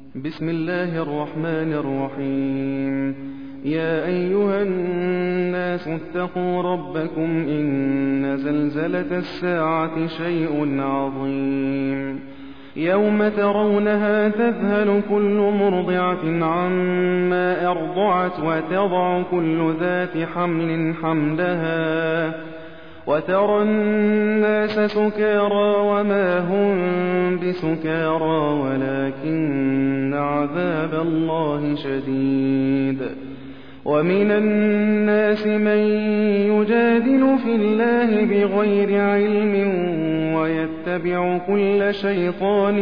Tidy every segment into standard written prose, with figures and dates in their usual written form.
بسم الله الرحمن الرحيم. يا أيها الناس اتقوا ربكم إن زلزلة الساعة شيء عظيم يوم ترونها تذهل كل مرضعة عما أرضعت وتضع كل ذات حمل حملها وترى الناس سكارى وما هم بسكارى ولكن عذاب الله شديد. ومن الناس من يجادل في الله بغير علم ويتبع كل شيطان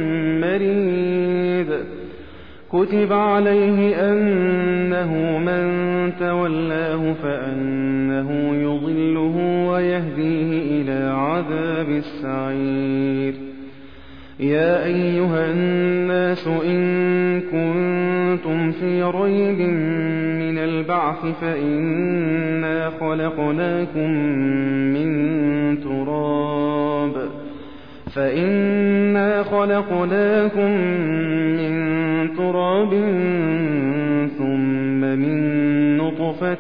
مريد. كتب عليه أنه من تولاه فأنه يضله ويهديه إلى عذاب السعير. يا أيها الناس إن كنتم في ريب من البعث فإنا خلقناكم من تراب ثم من نطفة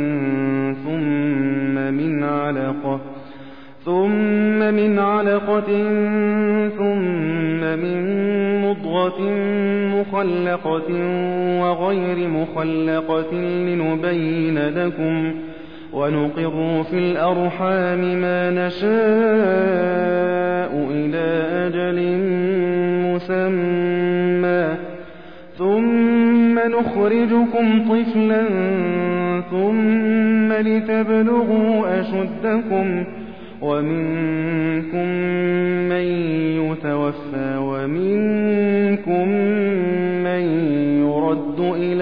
ثم من علقة ثم من مضغة مخلقة وغير مخلقة لنبين لكم ونقر في الأرحام ما نشاء إلى أجل مسمى ثم نخرجكم طفلا ثم لتبلغوا أشدكم ومنكم من يتوفى ومنكم من يرد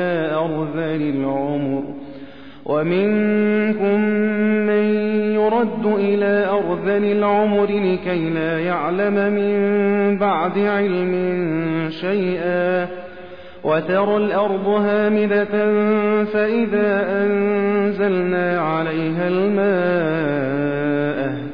إلى أرذل العمر لكي لا يعلم من بعد علم شيئا. وترى الأرض هامدة فإذا أنزلنا عليها الماء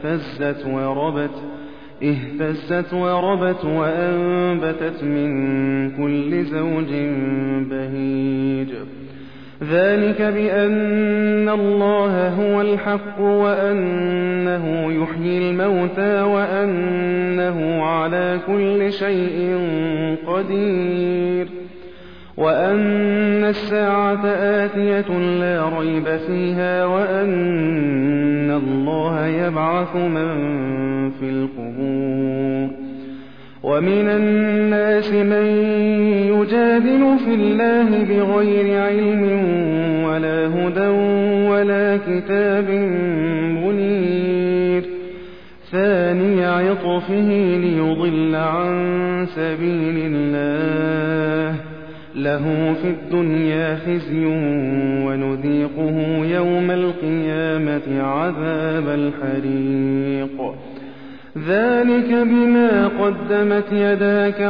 اهتزت وربت وأنبتت من كل زوج بهيج. ذلك بأن الله هو الحق وأنه يحيي الموتى وأنه على كل شيء قدير وأن الساعة آتية لا ريب فيها وأن الله يبعث من في القبور. ومن الناس من يجادل في الله بغير علم ولا هدى ولا كتاب منير. ثاني عطفه ليضل عن سبيل الله له في الدنيا خزي ونذيقه يوم القيامة عذاب الحريق. ذلك بما قدمت يداك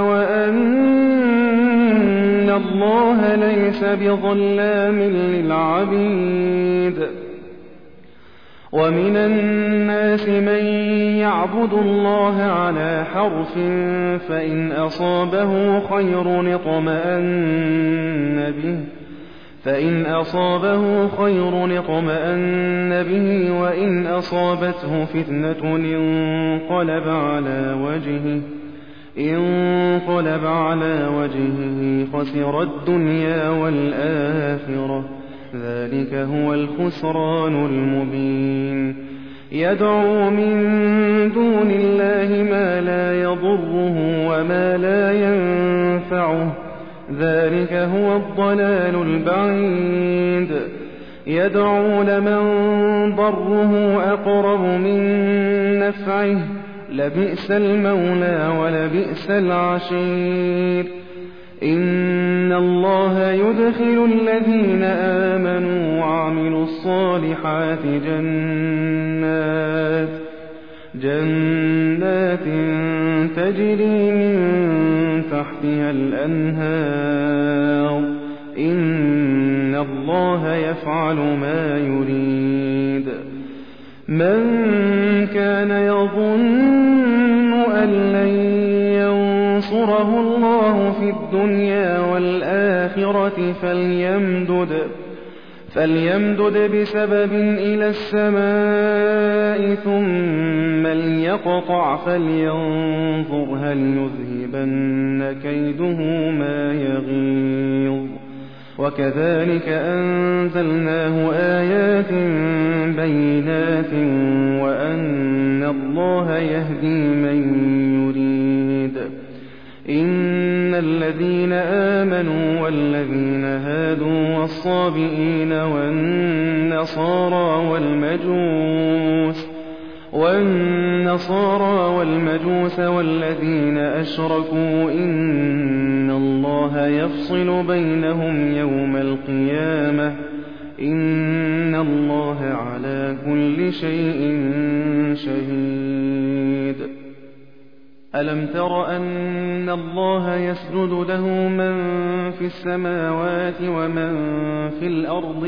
وأن الله ليس بظلام للعبيد. ومن الناس من يعبد الله على حرف فإن أصابه خير اطمأن به وإن أصابته فتنة انقلب على وجهه خسر الدنيا والآخرة. ذلك هو الخسران المبين. يدعو من دون الله ما لا يضره وما لا ينفعه ذلك هو الضلال البعيد. يدعو لمن ضره أقرب من نفعه لبئس المولى ولبئس العشير. إن الله يدخل الذين آمنوا وعملوا الصالحات جنات تجري من تحتها الأنهار. إن الله يفعل ما يريد. من كان يظن أن لن ينصره الله في الدنيا والآخرة فليمدد بسبب إلى السماء ثم ليقطع فلينظر هل يذهبن كيده ما يغيظ. وكذلك أنزلناه آيات بينات وأن الله يهدي من يريد. إن الذين آمنوا والذين هادوا والصابئين والنصارى والمجوس والذين أشركوا إن الله يفصل بينهم يوم القيامة إن الله على كل شيء شهيد. ألم تر أن الله يسجد له من في السماوات ومن في الأرض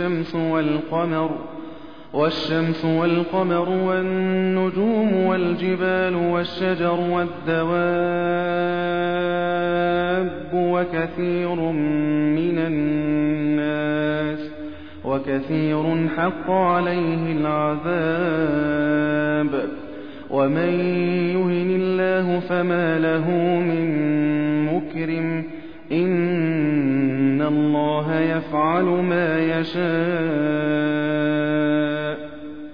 والشمس والقمر والنجوم والجبال والشجر والدواب وكثير حق عليه العذاب. ومن يهن الله فما له من مكرم إن الله يفعل ما يشاء.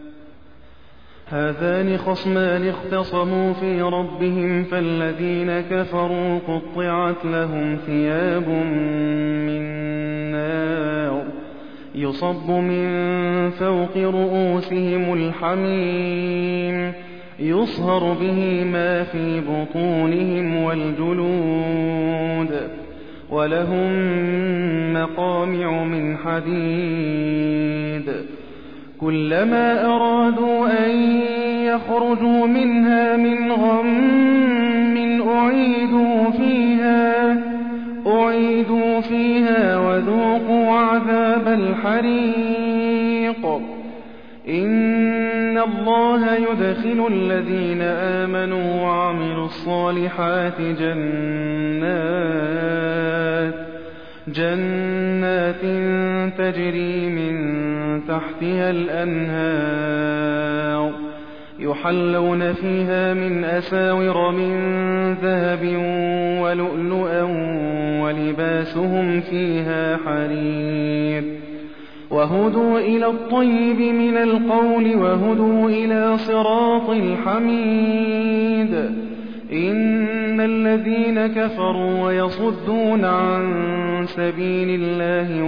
هذان خصمان اختصموا في ربهم فالذين كفروا قطعت لهم ثياب من نار يصب من فوق رؤوسهم الحميم يصهر به ما في بطونهم والجلود ولهم مقامع من حديد كلما أرادوا أن يخرجوا منها من غم أعيدوا فيها وذوقوا عذاب الحريق. إن الله يدخل الذين آمنوا وعملوا الصالحات جنات تجري من تحتها الأنهار يحلون فيها من أساور من ذهب ولؤلؤا ولباسهم فيها حرير وهدوا إلى الطيب من القول وهدوا إلى صراط الحميد. إن الذين كفروا ويصدون عن سبيل الله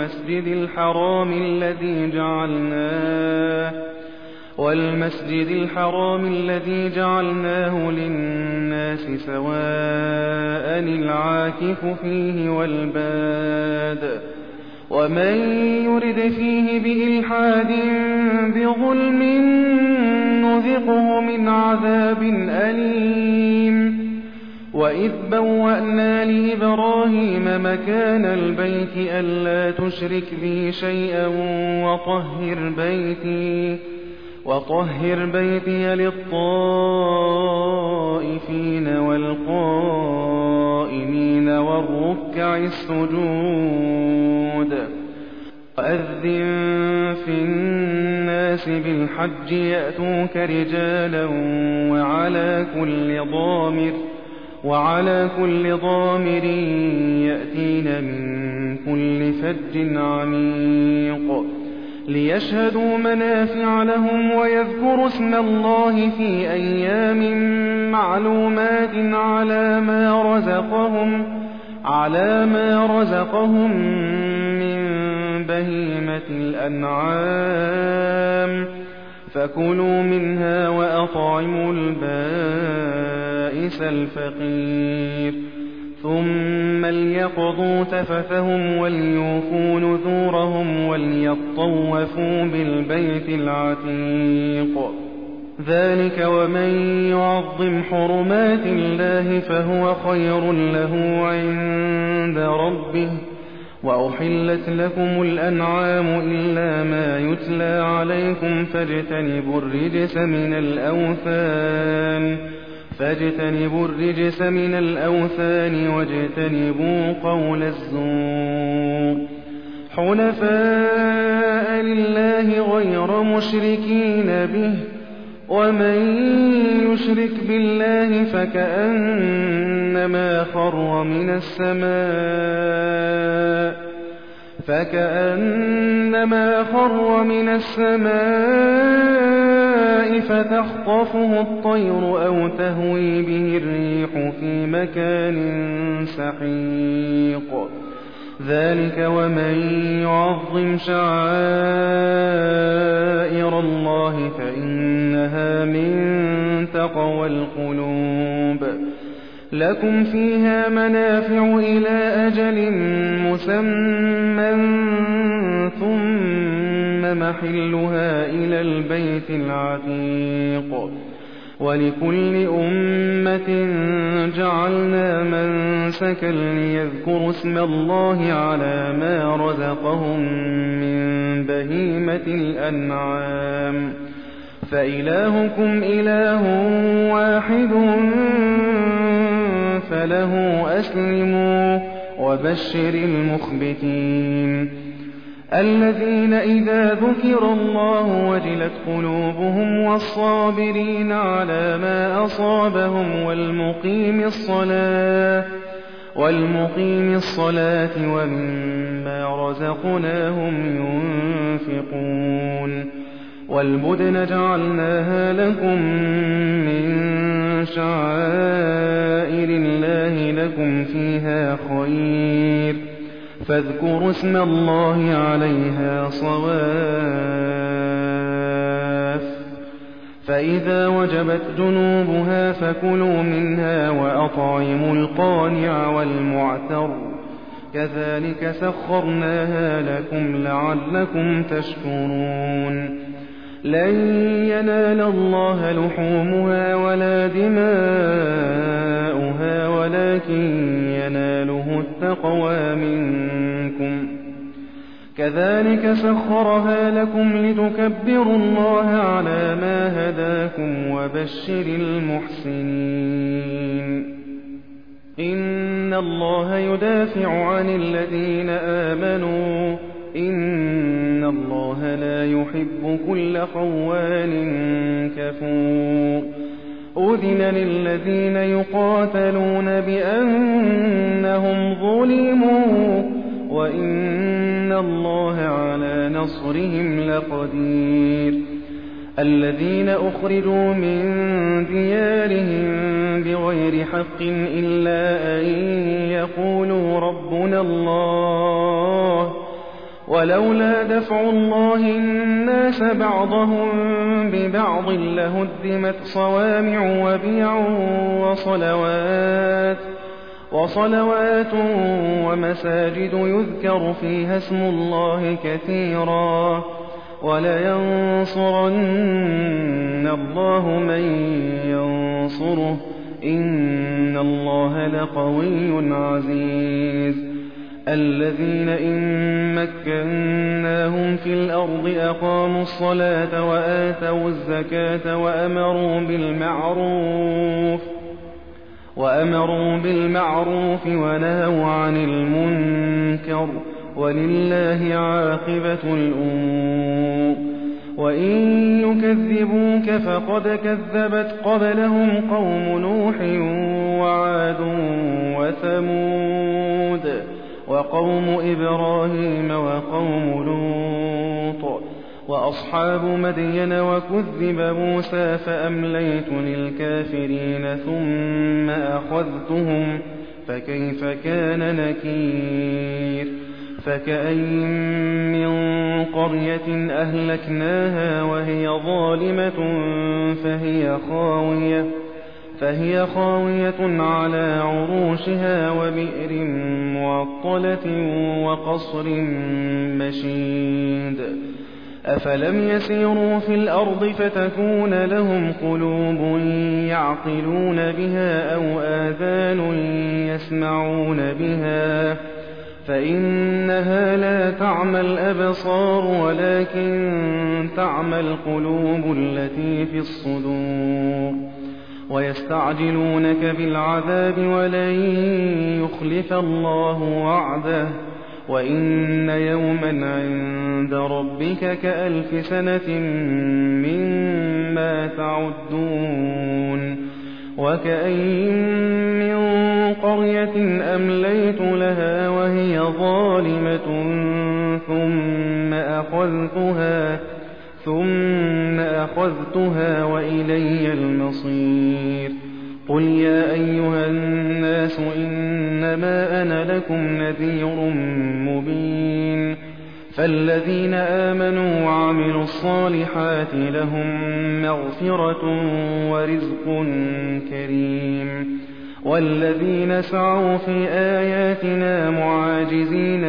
والمسجد الحرام الذي جعلناه للناس سواء العاكف فيه والباد ومن يرد فيه بإلحاد بظلم نذقه من عذاب أليم. وإذ بوأنا لإبراهيم مكان البيت ألا تشرك بي شيئا وطهر بيتي للطائفين والقائمين والركع السجود. وأذن في الناس بالحج يأتوك رجالا وعلى كل ضامر يأتين من كل فج عميق ليشهدوا منافع لهم ويذكروا اسم الله في أيام معلومات على ما رزقهم من بهيمة الأنعام فكلوا منها وأطعموا البائس الفقير ثم ليقضوا تفثهم وليوفوا نذورهم وليطوفوا بالبيت العتيق. ذلك ومن يعظم حرمات الله فهو خير له عند ربه. وأحلت لكم الأنعام إلا ما يتلى عليكم فاجتنبوا الرجس من الأوثان فاجتنبوا الرجس من الأوثان واجتنبوا قول الزور حنفاء لله غير مشركين به ومن يشرك بالله فكأنما خر من السماء فتخطفه الطير أو تهوي به الريح في مكان سحيق ذلك ومن يعظم شعائر الله فإنها من تقوى القلوب لكم فيها منافع إلى أجل مسمى ثم محلها إلى البيت العتيق ولكل أمة جعلنا منسكا ليذكروا اسم الله على ما رزقهم من بهيمة الأنعام فإلهكم إله واحد فله أسلموا وبشر المخبتين الذين إذا ذكر الله وجلت قلوبهم والصابرين على ما أصابهم والمقيم الصلاة ومما رزقناهم ينفقون والبدن جعلناها لكم من شعائر الله لكم فيها خير فاذكروا اسم الله عليها صواف فإذا وجبت جنوبها فكلوا منها وأطعموا القانع والمعتر كذلك سخرناها لكم لعلكم تشكرون لن ينال الله لحومها ولا دماؤها ولكن يناله التقوى منكم كذلك سخرها لكم لتكبروا الله على ما هداكم وبشر المحسنين إن الله يدافع عن الذين آمنوا إن الله لا يحب كل خوان كفور أذن للذين يقاتلون بأنهم ظلموا وإن الله على نصرهم لقدير الذين أخرجوا من ديارهم بغير حق إلا أن يقولوا ربنا الله ولولا دفع الله الناس بعضهم ببعض لهدمت صوامع وبيع وصلوات ومساجد يذكر فيها اسم الله كثيرا ولينصرن الله من ينصره إن الله لقوي عزيز الذين إن مكناهم في الأرض أقاموا الصلاة وآتوا الزكاة وأمروا بالمعروف ونهوا عن المنكر ولله عاقبة الأمور وإن يكذبوك فقد كذبت قبلهم قوم نوح وعاد وثمود وقوم إبراهيم وقوم لوط وأصحاب مدين وكذب موسى فأمليت للكافرين ثم أخذتهم فكيف كان نكير فكأين من قرية أهلكناها وهي ظالمة فهي خاوية على عروشها وبئر معطلة وقصر مشيد أفلم يسيروا في الأرض فتكون لهم قلوب يعقلون بها أو آذان يسمعون بها فإنها لا تعمى الأبصار ولكن تعمى القلوب التي في الصدور ويستعجلونك بالعذاب ولن يخلف الله وعده وإن يوما عند ربك كألف سنة مما تعدون وكأين من قرية أمليت لها وهي ظالمة ثم أخذتها وإلي المصير قل يا أيها الناس إنما أنا لكم نذير مبين فالذين آمنوا وعملوا الصالحات لهم مغفرة ورزق كريم والذين سعوا في آياتنا معاجزين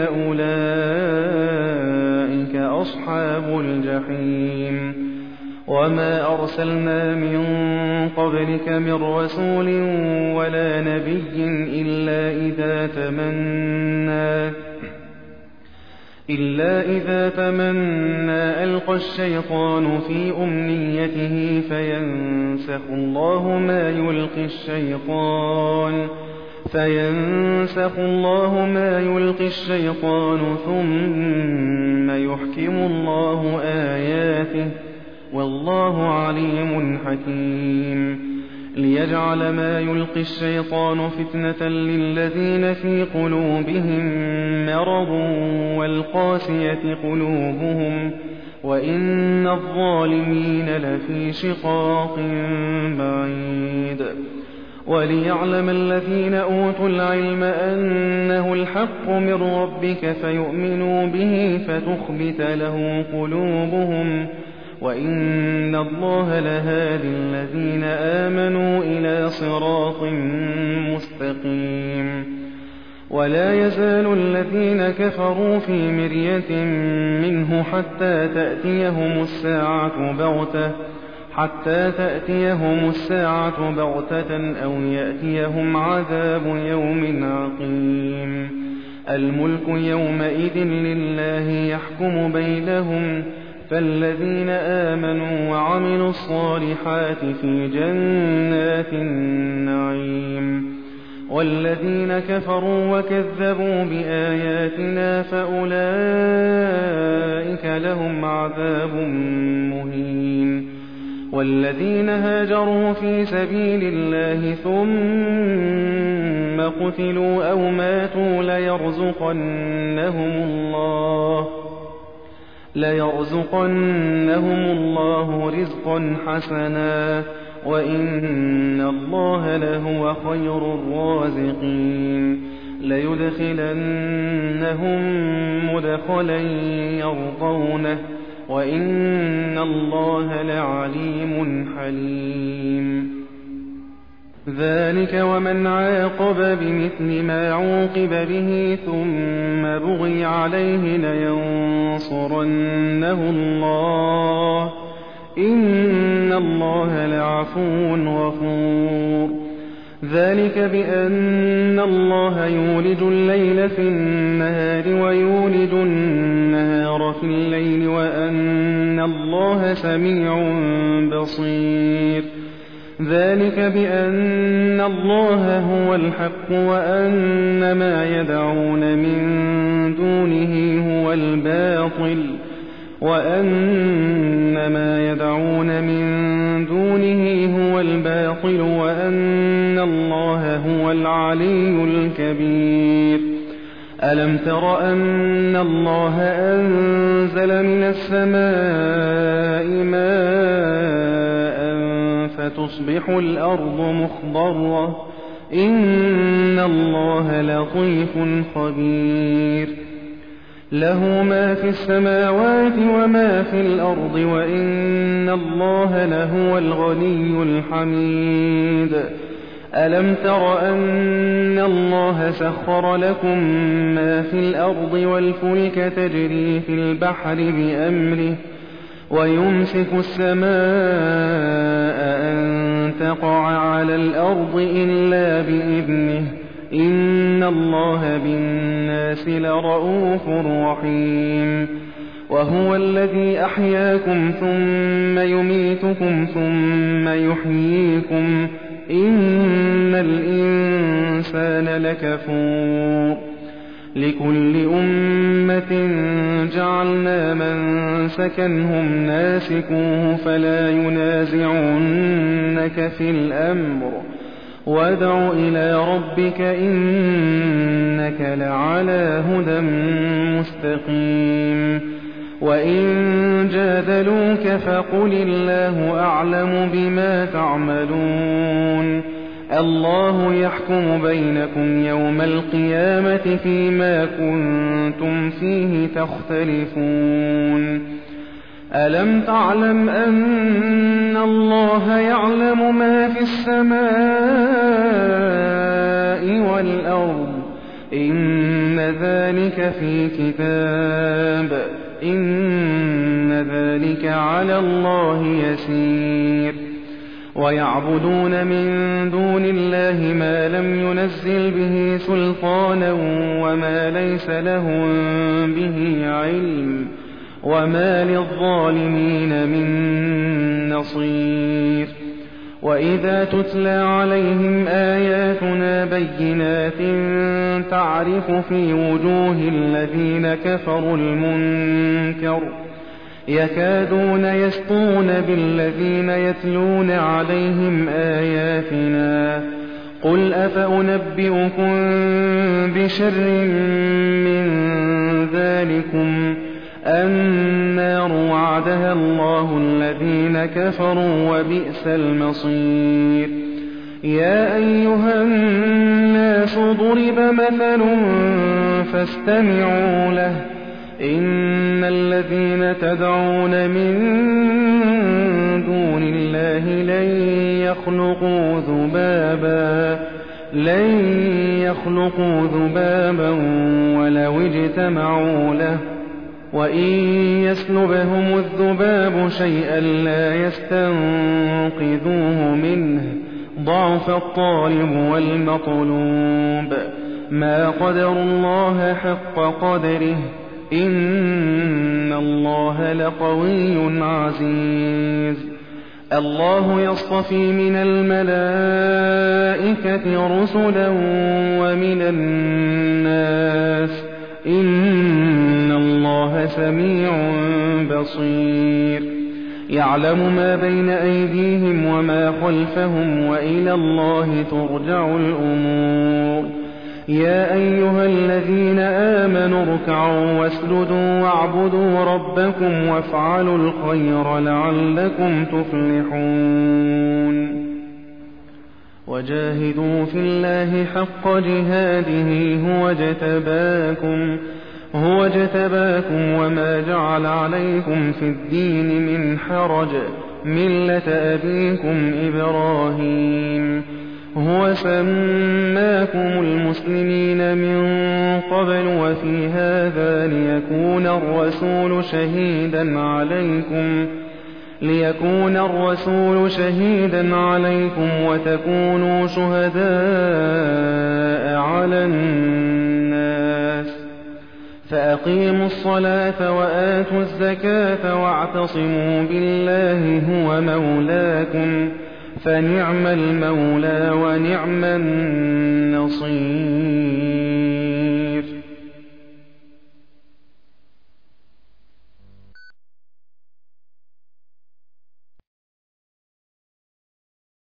أولئك أصحاب الجحيم وما أرسلنا من قبلك من رسول ولا نبي إلا إذا تمنى ألقى الشيطان في أمنيته فينسخ الله ما يلقي الشيطان ثم يحكم الله آياته والله عليم حكيم ليجعل ما يلقي الشيطان فتنة للذين في قلوبهم مرض والقاسية قلوبهم وإن الظالمين لفي شقاق بعيد وليعلم الذين أوتوا العلم أنه الحق من ربك فيؤمنوا به فتخبت له قلوبهم وإن الله لهادي الذين آمنوا إلى صراط مستقيم ولا يزال الذين كفروا في مرية منه حتى تأتيهم الساعة بغتة أو يأتيهم عذاب يوم عقيم الملك يومئذ لله يحكم بينهم فالذين آمنوا وعملوا الصالحات في جنات النعيم والذين كفروا وكذبوا بآياتنا فأولئك لهم عذاب مهين والذين هاجروا في سبيل الله ثم قتلوا أو ماتوا ليرزقنهم الله رزقا حسنا وإن الله لهو خير الرازقين ليدخلنهم مدخلا يرضونه وإن الله لعليم حليم ذلك ومن عاقب بمثل ما عوقب به ثم بغي عليه لينصرنه الله إن الله لعفو غفور ذلك بأن الله يولج الليل في النهار ويولج النهار في الليل وأن الله سميع بصير ذلك بأن الله هو الحق وأن ما يدعون من دونه هو الباطل وأن الله هو العلي الكبير ألم تر أن الله أنزل من السماء ماء فتصبح الأرض مخضرة إن الله لطيف خبير له ما في السماوات وما في الأرض وإن الله لهو الغني الحميد ألم تر أن الله سخر لكم ما في الأرض والفلك تجري في البحر بأمره ويمسك السماء أن تقع على الأرض إلا بإذنه إن الله بالناس لرءوف رحيم وهو الذي أحياكم ثم يميتكم ثم يحييكم إن الإنسان لكفور لكل أمة جعلنا منسكا هم ناسكوه فلا ينازعنك في الأمر وادع إلى ربك إنك لعلى هدى مستقيم وإن جادلوك فقل الله أعلم بما تعملون الله يحكم بينكم يوم القيامة فيما كنتم فيه تختلفون ألم تعلم أن الله يعلم ما في السماء والأرض إن ذلك في كتاب إن ذلك على الله يسير ويعبدون من دون الله ما لم ينزل به سلطانا وما ليس لهم به علم وما للظالمين من نصير وإذا تتلى عليهم آياتنا بينات تعرف في وجوه الذين كفروا المنكر يكادون يسطون بالذين يتلون عليهم آياتنا قل أفأنبئكم بشر من ذلكم النار وعدها الله الذين كفروا وبئس المصير يا أيها الناس ضرب مثل فاستمعوا له إن الذين تدعون من دون الله لن يخلقوا ذبابا ولو اجتمعوا له وإن يسلبهم الذباب شيئا لا يستنقذوه منه ضعف الطالب والمطلوب ما قدروا الله حق قدره إن الله لقوي عزيز الله يصطفي من الملائكة رسلا ومن الناس إن الله سميع بصير يعلم ما بين أيديهم وما خلفهم وإلى الله ترجع الأمور يا أيها الذين آمنوا اركعوا واسجدوا واعبدوا ربكم وافعلوا الخير لعلكم تفلحون وجاهدوا في الله حق جهاده هو اجتباكم وما جعل عليكم في الدين من حرج ملة أبيكم إبراهيم هو سماكم المسلمين من قبل وفي هذا ليكون الرسول شهيدا عليكم وتكونوا شهداء على الناس فأقيموا الصلاة وآتوا الزكاة واعتصموا بالله هو مولاكم فنعم المولى ونعم النصير